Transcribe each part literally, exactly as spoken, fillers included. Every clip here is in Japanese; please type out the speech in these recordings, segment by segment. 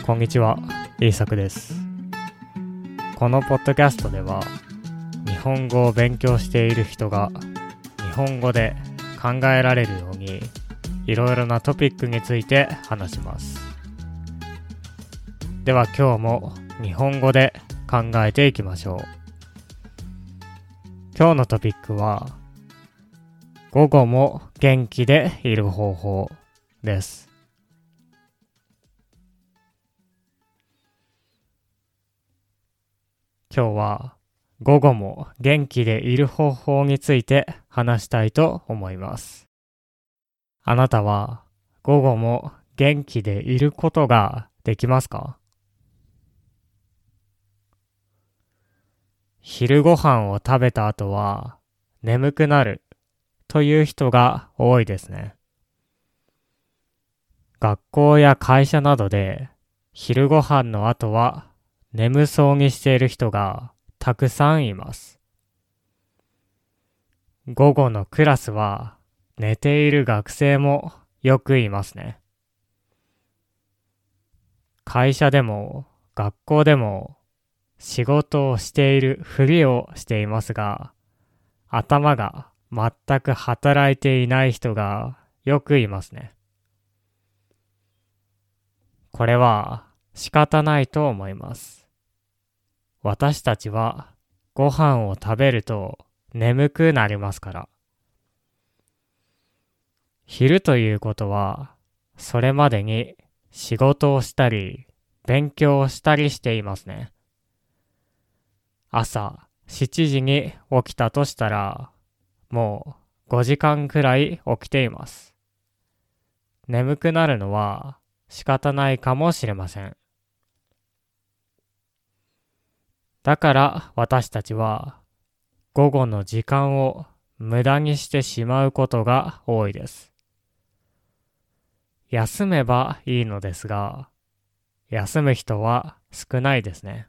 こんにちは、イーサクです。このポッドキャストでは日本語を勉強している人が日本語で考えられるようにいろいろなトピックについて話します。では今日も日本語で考えていきましょう。今日のトピックは午後も元気でいる方法です。今日は午後も元気でいる方法について話したいと思います。あなたは午後も元気でいることができますか？昼ご飯を食べた後は眠くなるという人が多いですね。学校や会社などで昼ご飯の後は眠そうにしている人がたくさんいます。午後のクラスは寝ている学生もよくいますね。会社でも学校でも仕事をしているふりをしていますが、頭が全く働いていない人がよくいますね。これは仕方ないと思います。私たちはご飯を食べると眠くなりますから。昼ということは、それまでに仕事をしたり、勉強をしたりしていますね。朝しちじに起きたとしたら、もうごじかんくらい起きています。眠くなるのは仕方ないかもしれません。だから私たちは午後の時間を無駄にしてしまうことが多いです。休めばいいのですが、休む人は少ないですね。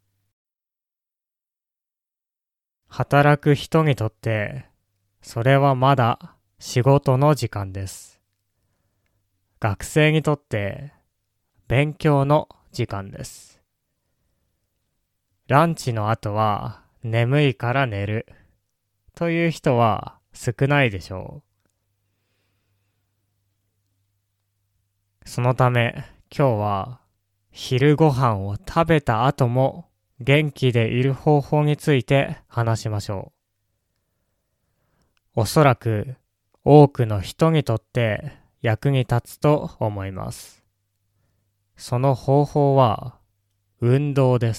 働く人にとって、それはまだ仕事の時間です。学生にとって勉強の時間です。ランチの後は眠いから寝るという人は少ないでしょう。そのため今日は昼ご飯を食べた後も元気でいる方法について話しましょう。おそらく多くの人にとって役に立つと思います。その方法は運動です。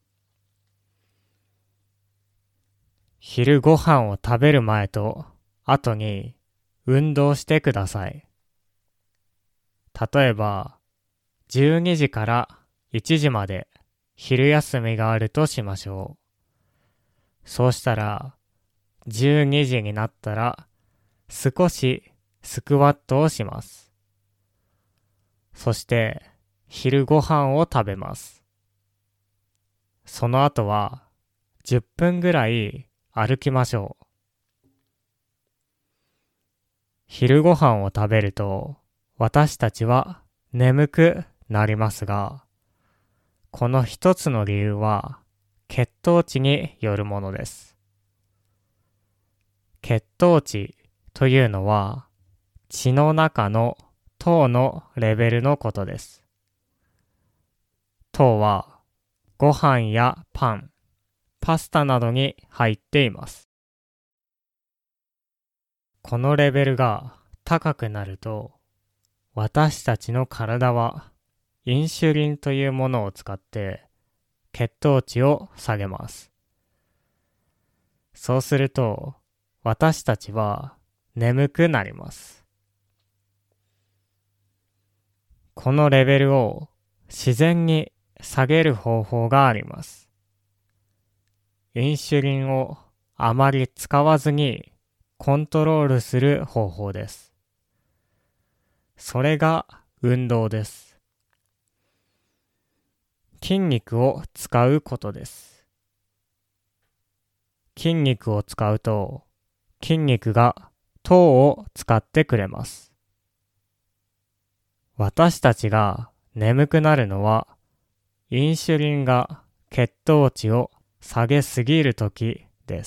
昼ご飯を食べる前と後に運動してください。例えばじゅうにじからいちじまで昼休みがあるとしましょう。そうしたらじゅうにじになったら少しスクワットをします。そして昼ご飯を食べます。その後はじゅっぷんぐらい歩きましょう。昼ご飯を食べると私たちは眠くなりますが、この一つの理由は血糖値によるものです。血糖値というのは血の中の糖のレベルのことです。糖はご飯やパン、パスタなどに入っています。このレベルが高くなると、私たちの体はインシュリンというものを使って血糖値を下げます。そうすると、私たちは眠くなります。このレベルを自然に下げる方法があります。インシュリンをあまり使わずにコントロールする方法です。それが運動です。筋肉を使うことです。筋肉を使うと筋肉が糖を使ってくれます。私たちが眠くなるのは、インシュリンが血糖値を下げすぎるときです。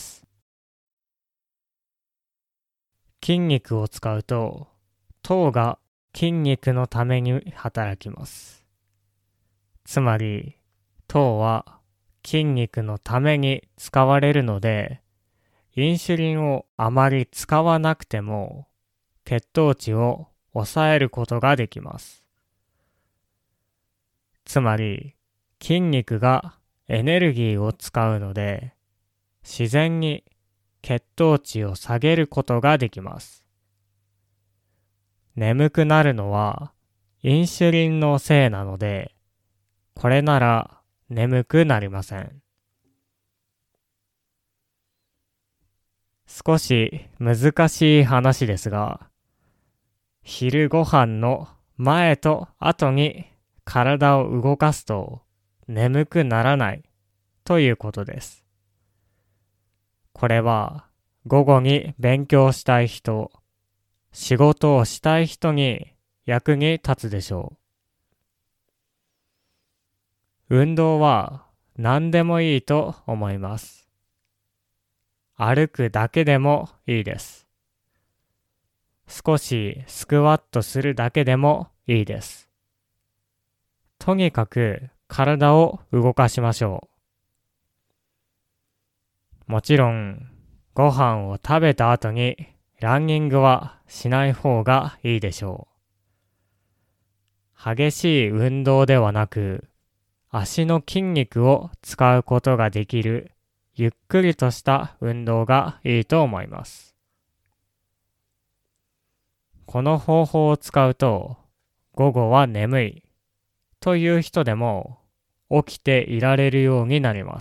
筋肉を使うと、糖が筋肉のために働きます。つまり、糖は筋肉のために使われるので、インシュリンをあまり使わなくても、血糖値を抑えることができます。つまり、筋肉がエネルギーを使うので、自然に血糖値を下げることができます。眠くなるのはインシュリンのせいなので、これなら眠くなりません。少し難しい話ですが、昼ご飯の前と後に体を動かすと眠くならないということです。これは午後に勉強したい人、仕事をしたい人に役に立つでしょう。運動は何でもいいと思います。歩くだけでもいいです。少しスクワットするだけでもいいです。とにかく体を動かしましょう。もちろん、ご飯を食べた後にランニングはしない方がいいでしょう。激しい運動ではなく、足の筋肉を使うことができるゆっくりとした運動がいいと思います。この方法を使うと、午後は眠いという人でも起きていられるようになります。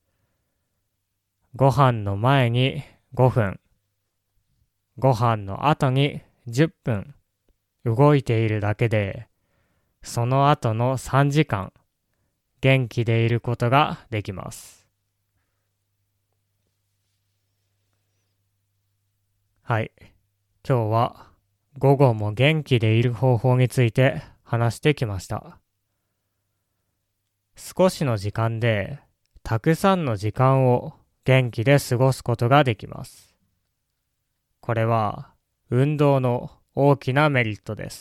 ご飯の前にごふん、ご飯の後にじゅっぷん動いているだけで、その後のさんじかん元気でいることができます。はい、今日は午後も元気でいる方法について話してきました。少しの時間でたくさんの時間を元気で過ごすことができます。これは運動の大きなメリットです。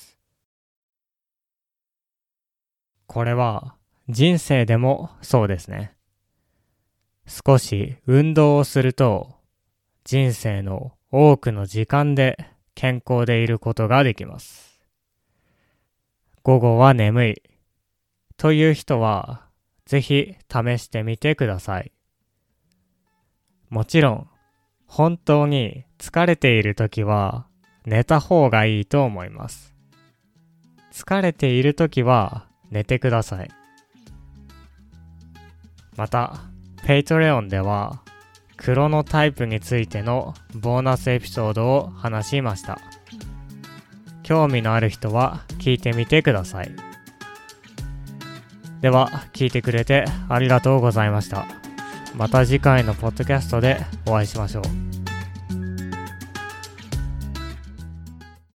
これは人生でもそうですね。少し運動をすると人生の多くの時間で健康でいることができます。午後は眠いという人はぜひ試してみてください。もちろん本当に疲れているときは寝た方がいいと思います。疲れているときは寝てください。また、Patreon ではクロノタイプについてのボーナスエピソードを話しました。興味のある人は聞いてみてください。では、聞いてくれてありがとうございました。また次回のポッドキャストでお会いしましょう。